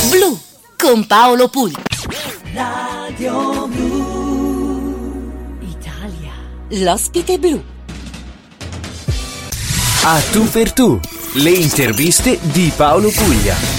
Blu con Paolo Puglia. Radio Blu Italia. L'ospite blu. A tu per tu, le interviste di Paolo Puglia.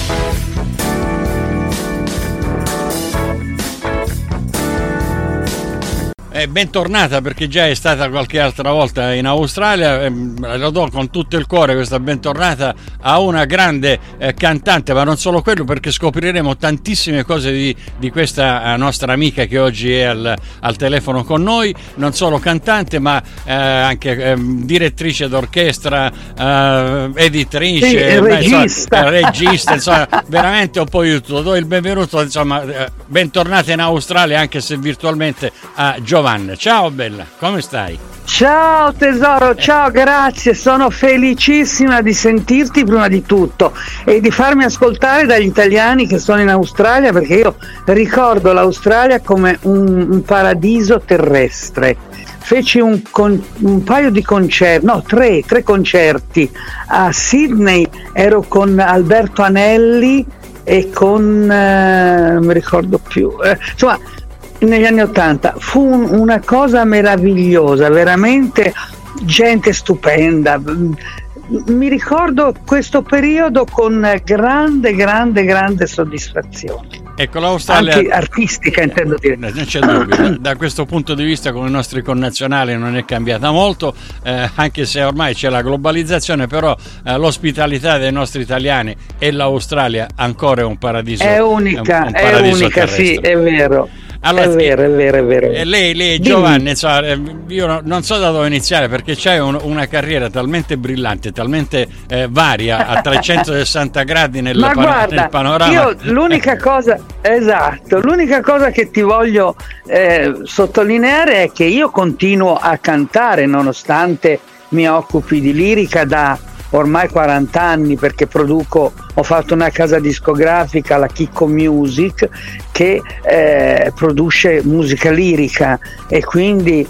Bentornata, perché già è stata qualche altra volta in Australia. Lo do con tutto il cuore questa bentornata a una grande cantante, ma non solo quello, perché scopriremo tantissime cose di questa nostra amica che oggi è al telefono con noi. Non solo cantante, ma anche direttrice d'orchestra, editrice, regista, insomma, veramente un po' di tutto. Do il benvenuto, insomma, bentornata in Australia, anche se virtualmente, a Giovanna. Ciao bella, come stai? Ciao tesoro, ciao, grazie, sono felicissima di sentirti prima di tutto e di farmi ascoltare dagli italiani che sono in Australia, perché io ricordo l'Australia come un paradiso terrestre. Feci un paio di concerti, no, tre concerti a Sydney, ero con Alberto Anelli e con non mi ricordo più, insomma, negli anni '80 fu una cosa meravigliosa, veramente gente stupenda. Mi ricordo questo periodo con grande soddisfazione. Ecco, l'Australia, anche artistica, intendo dire. Non c'è dubbio, da questo punto di vista con i nostri connazionali non è cambiata molto, anche se ormai c'è la globalizzazione, però l'ospitalità dei nostri italiani e l'Australia ancora è un paradiso. È unica, sì, è vero. Allora, è vero. Lei Giovanni, io non so da dove iniziare, perché c'hai una carriera talmente brillante, talmente varia, a 360 gradi nel panorama. Io l'unica cosa che ti voglio sottolineare è che io continuo a cantare nonostante mi occupi di lirica da ormai 40 anni, perché ho fatto una casa discografica, la Chicco Music, che produce musica lirica, e quindi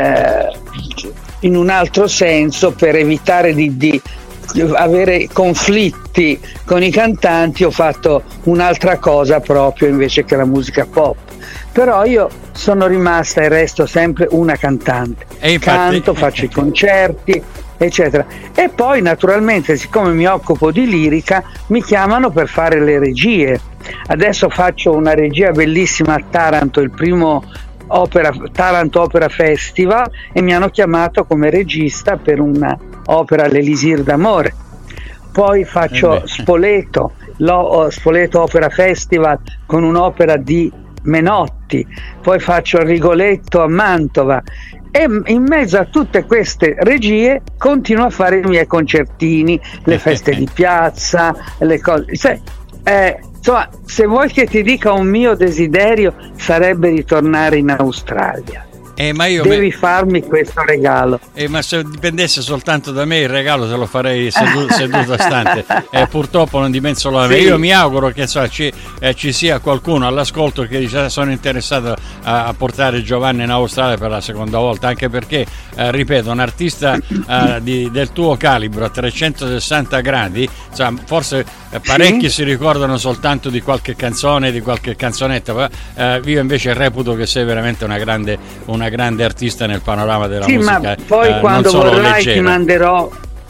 in un altro senso, per evitare di avere conflitti con i cantanti, ho fatto un'altra cosa proprio invece che la musica pop. Però io sono rimasta e resto sempre una cantante, canto, faccio i concerti, eccetera. E poi naturalmente, siccome mi occupo di lirica, mi chiamano per fare le regie. Adesso faccio una regia bellissima a Taranto, il primo Taranto Opera Festival, e mi hanno chiamato come regista per una opera, l'Elisir d'amore. Poi faccio Spoleto Opera Festival con un'opera di Menotti, poi faccio Rigoletto a Mantova, e in mezzo a tutte queste regie continuo a fare i miei concertini, le feste di piazza, le cose. Insomma, se vuoi che ti dica un mio desiderio, sarebbe ritornare in Australia. Devi farmi questo regalo. Ma se dipendesse soltanto da me, il regalo te lo farei seduto stante. Purtroppo non dipende solo da me. Io mi auguro che ci sia qualcuno all'ascolto che dice: sono interessato a portare Giovanni in Australia per la seconda volta, anche perché ripeto, un artista del tuo calibro a 360 gradi, forse parecchi si ricordano soltanto di qualche canzone, di qualche canzonetta, io invece reputo che sei veramente una grande artista nel panorama della musica. Ma poi quando vorrai ti manderò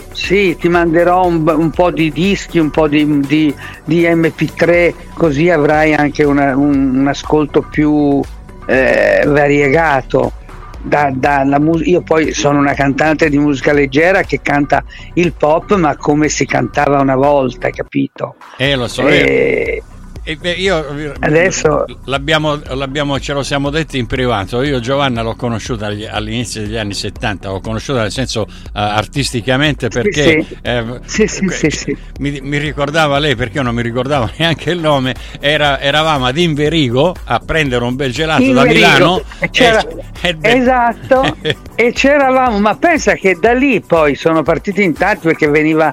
un po' di dischi, un po' di MP3, così avrai anche un ascolto più variegato. Io poi sono una cantante di musica leggera che canta il pop, ma come si cantava una volta, hai capito? Lo so. Io adesso ce lo siamo detti in privato. Io Giovanna l'ho conosciuta all'inizio degli anni 70, l'ho conosciuta nel senso artisticamente, perché mi ricordava lei, perché io non mi ricordavo neanche il nome. Eravamo ad Inverigo a prendere un bel gelato da Milano, esatto, e c'eravamo, ma pensa che da lì poi sono partiti in tanti, perché veniva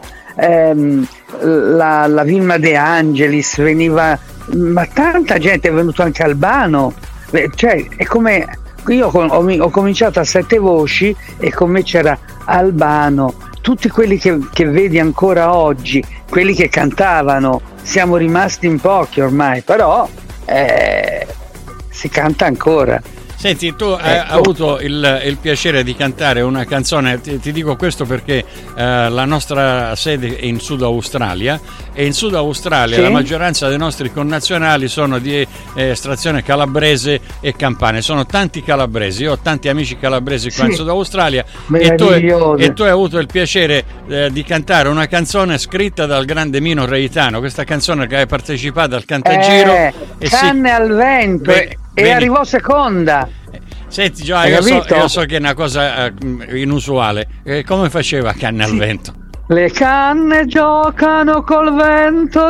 la Vilma De Angelis, ma tanta gente, è venuto anche Albano, è come io ho cominciato a 7 voci e con me c'era Albano, tutti quelli che vedi ancora oggi, quelli che cantavano, siamo rimasti in pochi ormai, però si canta ancora. Senti, tu hai avuto il piacere di cantare una canzone, ti dico questo perché la nostra sede è in Sud Australia, e in Sud Australia la maggioranza dei nostri connazionali sono di estrazione calabrese e campane, sono tanti calabresi, io ho tanti amici calabresi qua in Sud Australia, e tu hai avuto il piacere di cantare una canzone scritta dal grande Mino Reitano, questa canzone che hai partecipato al Cantagiro, Canne al vento, e arrivò seconda. Senti Gioia, io so che è una cosa inusuale. Come faceva Canne al vento? Le canne giocano col vento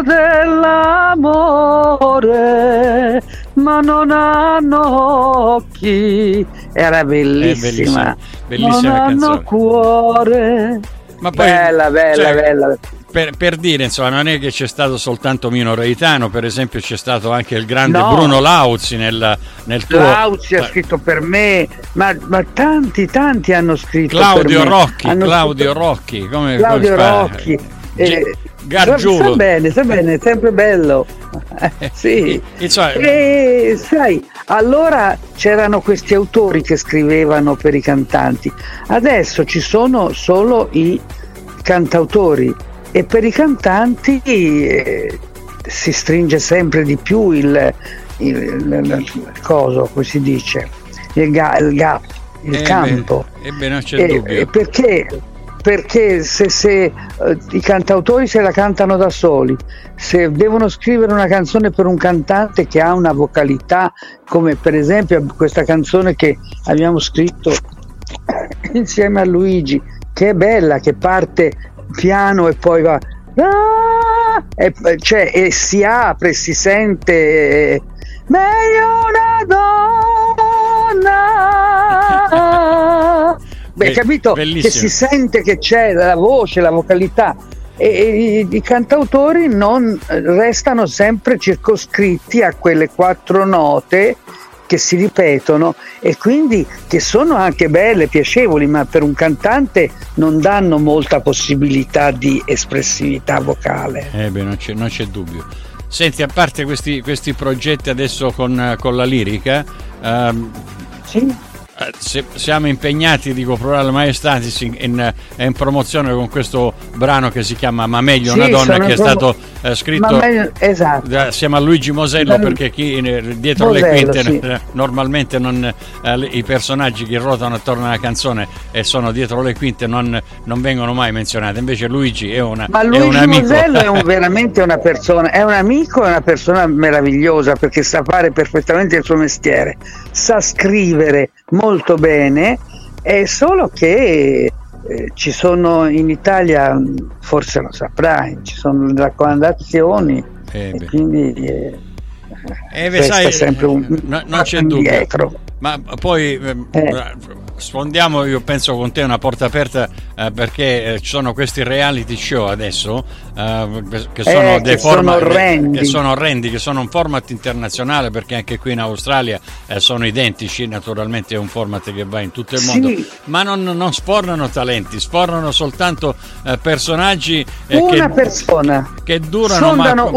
dell'amore, ma non hanno occhi. Era bellissima. Bellissima non canzone. Hanno cuore. Ma poi, bella. Per dire, insomma, non è che c'è stato soltanto Mino Reitano, per esempio c'è stato anche il grande Bruno Lauzi nel tuo... Lauzi ha scritto per me, ma tanti hanno scritto Claudio per me. Rocchi, Claudio Rocchi. Rocchi. Gargiulo. Sta bene, sempre bello. Sì. E sai, allora c'erano questi autori che scrivevano per i cantanti, adesso ci sono solo i cantautori, e per i cantanti si stringe sempre di più il coso, come si dice, il campo. Non c'è dubbio. Perché se i cantautori se la cantano da soli, se devono scrivere una canzone per un cantante che ha una vocalità, come per esempio questa canzone che abbiamo scritto insieme a Luigi, che è bella, che parte piano e poi va e si apre, si sente meglio una donna. Capito? Bellissimo. Che si sente che c'è la voce, la vocalità, e i cantautori non restano sempre circoscritti a quelle 4 note che si ripetono, e quindi che sono anche belle, piacevoli, ma per un cantante non danno molta possibilità di espressività vocale. Non c'è dubbio. Senti, a parte questi progetti adesso con la lirica, siamo impegnati, dico Plurale Majestatis, in promozione con questo brano che si chiama Ma meglio una donna, che è stato scritto assieme a Luigi Mosello, perché chi dietro le quinte normalmente i personaggi che ruotano attorno alla canzone e sono dietro le quinte non vengono mai menzionati, invece Luigi è un amico. Mosello è veramente una persona, è un amico, è una persona meravigliosa, perché sa fare perfettamente il suo mestiere, sa scrivere molto bene, è solo che ci sono in Italia, forse lo saprai, ci sono le raccomandazioni, e quindi sai, sempre non c'è dubbio dietro. Ma poi sfondiamo, io penso, con te una porta aperta, perché ci sono questi reality show adesso che sono dei format che sono orrendi, che sono un format internazionale, perché anche qui in Australia sono identici, naturalmente è un format che va in tutto il mondo, ma non sfornano talenti, sfornano soltanto personaggi persona che durano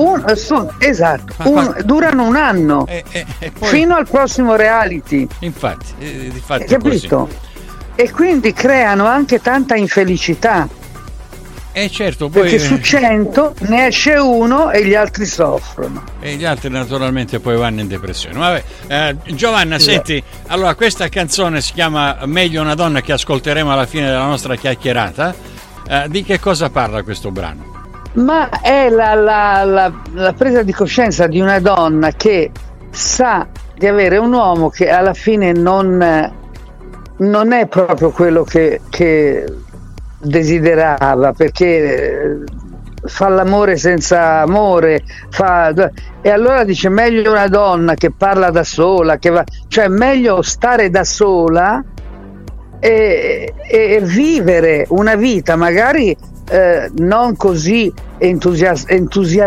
durano un anno, poi, fino al prossimo reality. Infatti capito? Così. E quindi creano anche tanta infelicità. Certo, poi, perché su 100 ne esce uno e gli altri soffrono. E gli altri naturalmente poi vanno in depressione. Vabbè, Giovanna, senti, allora questa canzone si chiama Meglio una donna, che ascolteremo alla fine della nostra chiacchierata. Di che cosa parla questo brano? Ma è la presa di coscienza di una donna che sa di avere un uomo che alla fine non è proprio quello che desiderava, perché fa l'amore senza amore, e allora dice meglio una donna che parla da sola, cioè meglio stare da sola e vivere una vita magari non così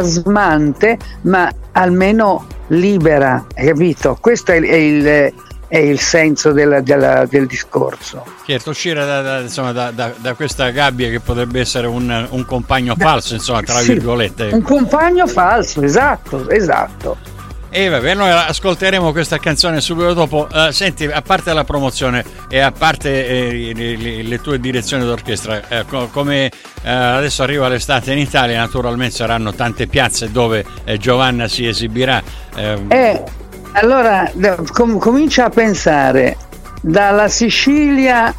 entusiasmante, ma almeno libera, hai capito? Questo è è il senso del discorso. Certo, uscire da questa gabbia che potrebbe essere un compagno falso, insomma, tra virgolette. Un compagno falso, esatto. E vabbè, noi ascolteremo questa canzone subito dopo. Senti, a parte la promozione e a parte le tue direzioni d'orchestra, come adesso arriva l'estate in Italia, naturalmente saranno tante piazze dove Giovanna si esibirà. Allora comincia a pensare dalla Sicilia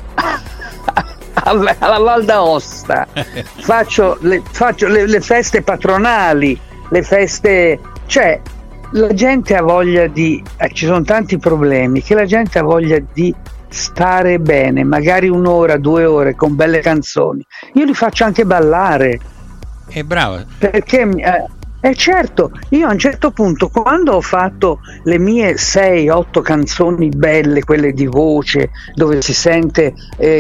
alla Val d'Aosta. faccio le feste patronali, le feste, cioè la gente ha voglia ci sono tanti problemi, che la gente ha voglia di stare bene, magari 1 ora, 2 ore con belle canzoni. Io li faccio anche ballare. Bravo. Perché certo, io a un certo punto, quando ho fatto le mie 6-8 canzoni belle, quelle di voce, dove si sente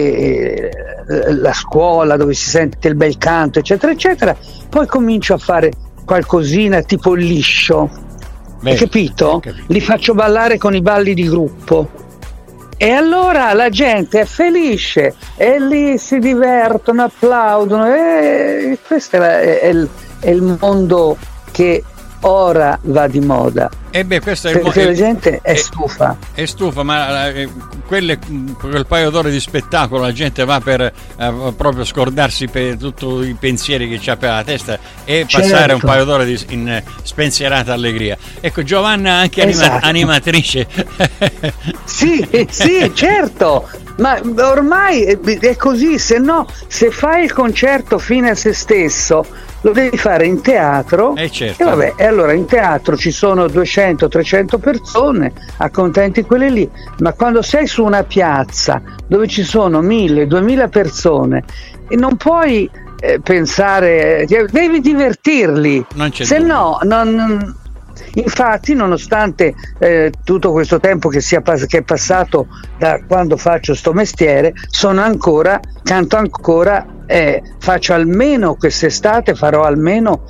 la scuola, dove si sente il bel canto, eccetera eccetera, poi comincio a fare qualcosina tipo liscio. Hai capito? Li faccio ballare con i balli di gruppo e allora la gente è felice e lì si divertono, applaudono, e questo è il mondo che ora va di moda. Questo è perché la gente è stufa. È stufa, ma quel paio d'ore di spettacolo la gente va per proprio scordarsi per tutti i pensieri che c'ha per la testa e passare un paio d'ore in spensierata allegria. Ecco, Giovanna anche animatrice. Sì, certo. Ma ormai è così, se fai il concerto fine a se stesso lo devi fare in teatro, certo. E vabbè, e allora in teatro ci sono 200-300 persone, accontenti quelle lì, ma quando sei su una piazza dove ci sono 1000-2000 persone e non puoi pensare, devi divertirli, se no non. Infatti, nonostante tutto questo tempo che è passato da quando faccio sto mestiere, canto ancora, faccio almeno quest'estate, farò almeno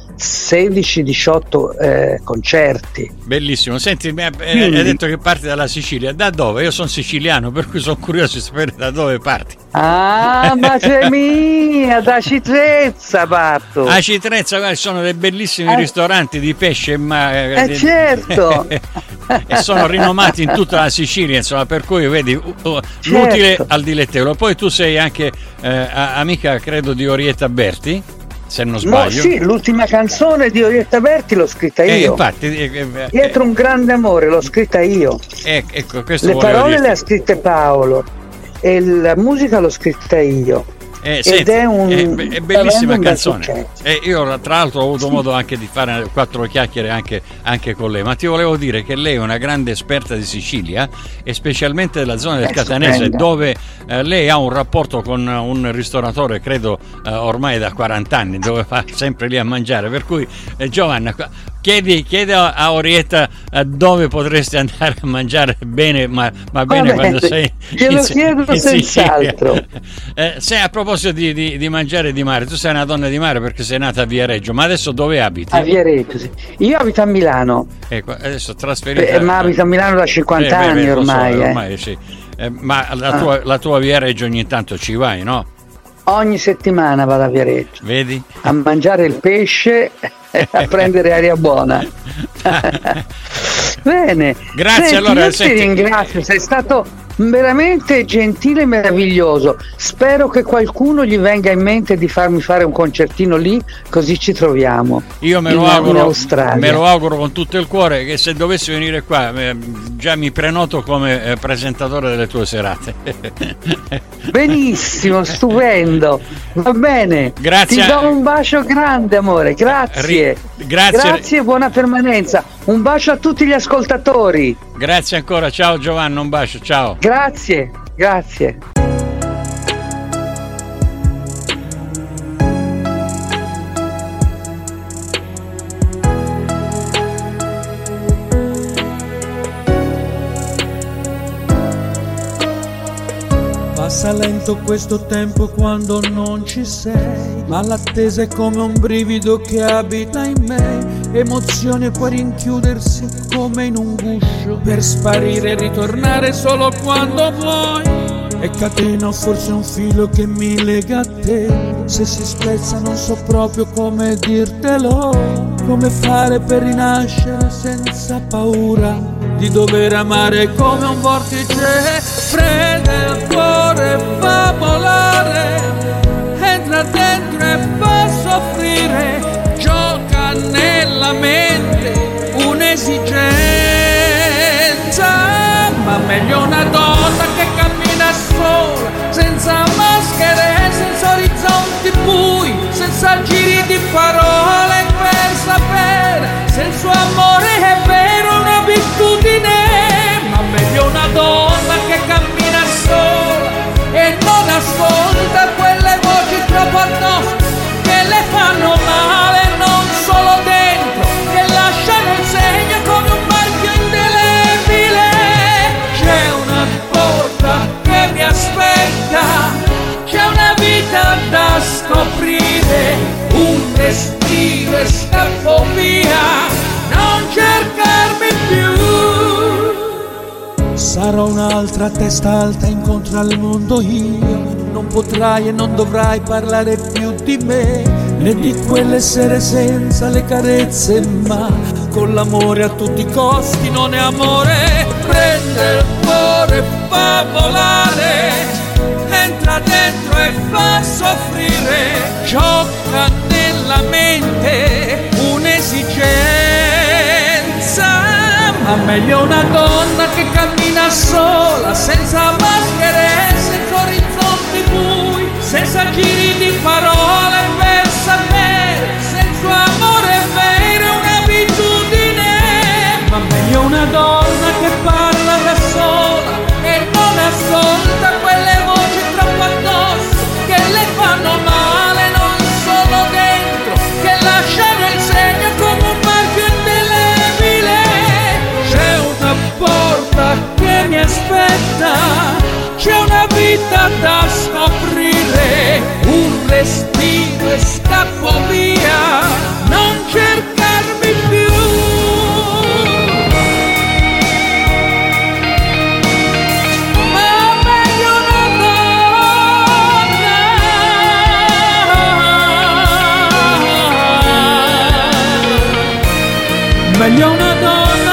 16-18 concerti. Bellissimo. Senti, hai detto che parti dalla Sicilia, da dove? Io sono siciliano, per cui sono curioso di sapere da dove parti. Ma c'è mia, da Citrezza parto. A Citrezza, guarda, sono dei bellissimi ristoranti di pesce, certo. E sono rinomati in tutta la Sicilia, insomma, per cui vedi, certo. Utile al dilettevole. Poi tu sei anche amica, credo, di Orietta Berti, se non sbaglio. Sì, l'ultima canzone di Orietta Berti l'ho scritta io. Infatti, Dietro un grande amore l'ho scritta io. Ecco, questo le parole le ha scritte Paolo e la musica l'ho scritta io. Ed è bellissima canzone. Io tra l'altro ho avuto modo anche di fare 4 chiacchiere anche con lei, ma ti volevo dire che lei è una grande esperta di Sicilia e specialmente della zona del Catanese, dove lei ha un rapporto con un ristoratore, credo ormai da 40 anni, dove va sempre lì a mangiare, per cui Giovanna, chiedi a Orietta dove potresti andare a mangiare bene, ma bene, quando sei glielo chiedo senz'altro. Se a proposito di mangiare e di mare, tu sei una donna di mare perché sei nata a Viareggio, ma adesso dove abiti? A Viareggio, sì. Io abito a Milano. Ecco, adesso trasferita. Ma abito a Milano da 50 anni ormai. Sì. Ma la tua Viareggio ogni tanto ci vai, no? Ogni settimana vado a Viareggio. Vedi? A mangiare il pesce e a prendere aria buona. Bene. Grazie. Allora, io ti ringrazio, sei stato veramente gentile e meraviglioso. Spero che qualcuno gli venga in mente di farmi fare un concertino lì, così ci troviamo. Io me lo auguro con tutto il cuore, che se dovessi venire qua già mi prenoto come presentatore delle tue serate. Benissimo, stupendo, va bene. Grazie. Ti do un bacio grande, amore. Grazie e buona permanenza. Un bacio a tutti gli ascoltatori. Grazie ancora, ciao Giovanna, un bacio, ciao. Grazie. Passa lento questo tempo quando non ci sei, ma l'attesa è come un brivido che abita in me. emozioni e poi rinchiudersi come in un guscio, per sparire e ritornare solo quando vuoi. E catena o forse un filo che mi lega a te, se si spezza non so proprio come dirtelo, come fare per rinascere senza paura di dover amare come un vortice. Prende il cuore e fa volare, entra dentro e fa soffrire, gioca nella mente un'esigenza, ma meglio una donna che cammina sola, senza maschere, senza orizzonti bui, senza giri di parole per sapere se il suo amore è vero o un'abitudine. Ma meglio una donna che cammina sola e non ascolta quelle voci troppo addosso che le fanno male, non solo dentro, che lasciano il segno come un marchio indelebile. C'è una porta che mi aspetta, c'è una vita da scoprire, un respiro e scappo via, non cercarmi più. Sarò un'altra testa alta incontro al mondo io, non potrai e non dovrai parlare più di me, né di quelle sere senza le carezze, ma con l'amore a tutti i costi non è amore. Prende il cuore e fa volare, entra dentro e fa soffrire, gioca nella mente un'esigenza, ma meglio una donna che cammina sola, senza maschere, senza orizzonti bui, senza giri di parole per sapere se il suo amore è vero o un'abitudine. Ma meglio una donna che parla da sola e non ascolta quelle voci troppo addosso che le fanno male, non solo dentro, che lasciano il segno come un marchio indelebile. C'è una porta che mi aspetta, c'è una vita da scoprire, un respiro e scappo via, non cercarmi più. Ma meglio una donna, meglio una donna